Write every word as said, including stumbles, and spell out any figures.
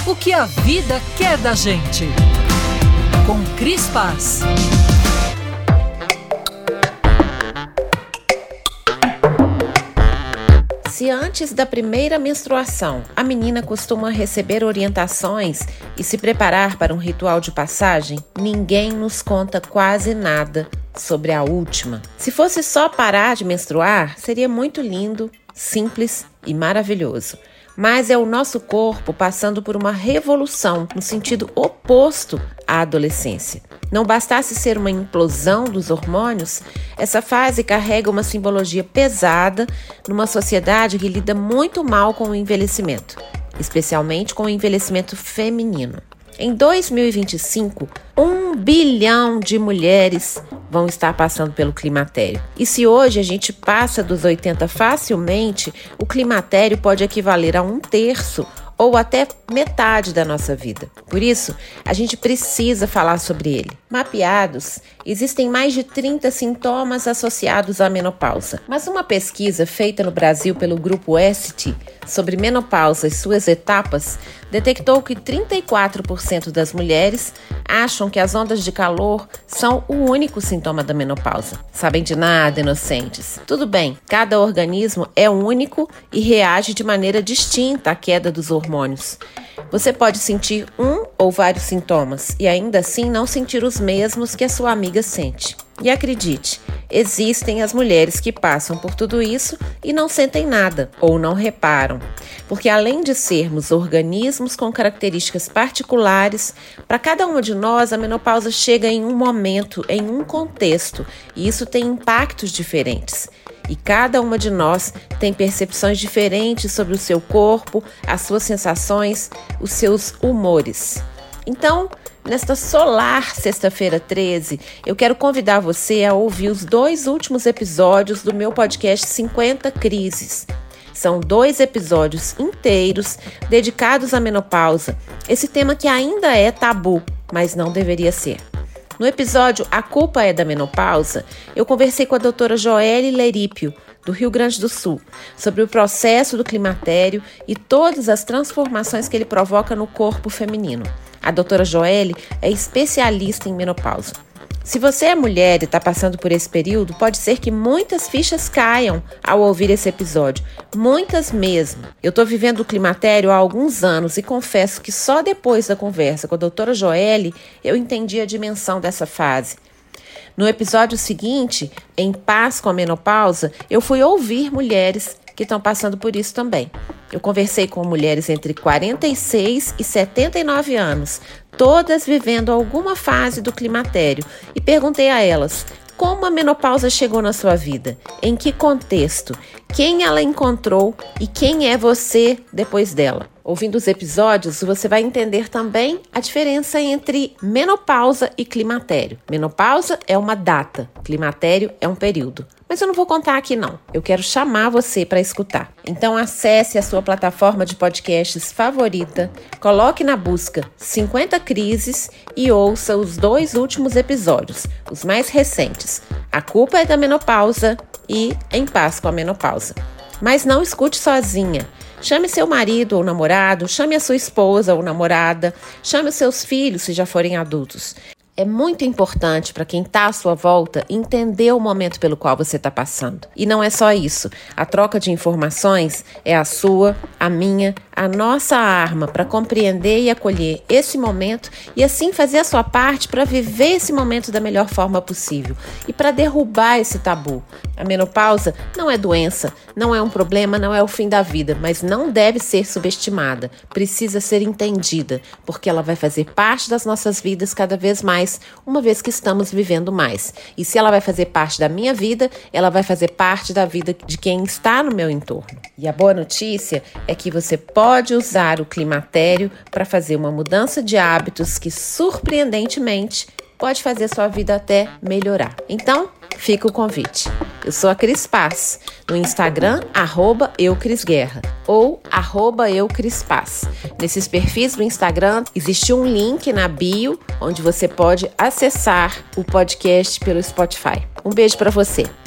O que a vida quer da gente. Com Cris Paz. Se antes da primeira menstruação a menina costuma receber orientações e se preparar para um ritual de passagem, ninguém nos conta quase nada sobre a última. Se fosse só parar de menstruar, seria muito lindo, simples e maravilhoso. Mas é o nosso corpo passando por uma revolução no sentido oposto à adolescência. Não bastasse ser uma implosão dos hormônios, essa fase carrega uma simbologia pesada numa sociedade que lida muito mal com o envelhecimento, especialmente com o envelhecimento feminino. Em dois mil e vinte e cinco, um bilhão de mulheres vão estar passando pelo climatério. E se hoje a gente passa dos oitenta facilmente, o climatério pode equivaler a um terço ou até metade da nossa vida. Por isso, a gente precisa falar sobre ele. Mapeados, existem mais de trinta sintomas associados à menopausa. Mas uma pesquisa feita no Brasil pelo grupo E S T sobre menopausa e suas etapas detectou que trinta e quatro por cento das mulheres acham que as ondas de calor são o único sintoma da menopausa. Sabem de nada, inocentes. Tudo bem, cada organismo é único e reage de maneira distinta à queda dos hormônios. Você pode sentir um ou vários sintomas e ainda assim não sentir os mesmos que a sua amiga sente. E acredite, existem as mulheres que passam por tudo isso e não sentem nada ou não reparam. Porque além de sermos organismos com características particulares, para cada uma de nós a menopausa chega em um momento, em um contexto, e isso tem impactos diferentes. E cada uma de nós tem percepções diferentes sobre o seu corpo, as suas sensações, os seus humores. Então, nesta solar sexta-feira treze, eu quero convidar você a ouvir os dois últimos episódios do meu podcast cinquenta Crises. São dois episódios inteiros dedicados à menopausa, esse tema que ainda é tabu, mas não deveria ser. No episódio A Culpa é da Menopausa, eu conversei com a doutora Joelle Lerípio, do Rio Grande do Sul, sobre o processo do climatério e todas as transformações que ele provoca no corpo feminino. A doutora Joelle é especialista em menopausa. Se você é mulher e está passando por esse período, pode ser que muitas fichas caiam ao ouvir esse episódio. Muitas mesmo. Eu estou vivendo o climatério há alguns anos e confesso que só depois da conversa com a doutora Joelle eu entendi a dimensão dessa fase. No episódio seguinte, Em Paz com a Menopausa, eu fui ouvir mulheres que estão passando por isso também. Eu conversei com mulheres entre quarenta e seis e setenta e nove anos, todas vivendo alguma fase do climatério, e perguntei a elas como a menopausa chegou na sua vida, em que contexto, quem ela encontrou e quem é você depois dela. Ouvindo os episódios, você vai entender também a diferença entre menopausa e climatério. Menopausa é uma data, climatério é um período. Mas eu não vou contar aqui não, eu quero chamar você para escutar. Então acesse a sua plataforma de podcasts favorita, coloque na busca cinquenta Crises e ouça os dois últimos episódios, os mais recentes. A Culpa é da Menopausa e Em Paz com a Menopausa. Mas não escute sozinha. Chame seu marido ou namorado, chame a sua esposa ou namorada, chame os seus filhos se já forem adultos. É muito importante para quem está à sua volta entender o momento pelo qual você está passando. E não é só isso. A troca de informações é a sua, a minha, a nossa arma para compreender e acolher esse momento e assim fazer a sua parte para viver esse momento da melhor forma possível e para derrubar esse tabu. A menopausa não é doença, não é um problema, não é o fim da vida, mas não deve ser subestimada. Precisa ser entendida, porque ela vai fazer parte das nossas vidas cada vez mais, uma vez que estamos vivendo mais. E se ela vai fazer parte da minha vida, ela vai fazer parte da vida de quem está no meu entorno. E a boa notícia é que você pode usar o climatério para fazer uma mudança de hábitos que, surpreendentemente, pode fazer sua vida até melhorar. Então, fica o convite. Eu sou a Cris Paz, no Instagram, arroba eucrisguerra ou arroba eucrispaz. Nesses perfis do Instagram, existe um link na bio, onde você pode acessar o podcast pelo Spotify. Um beijo para você.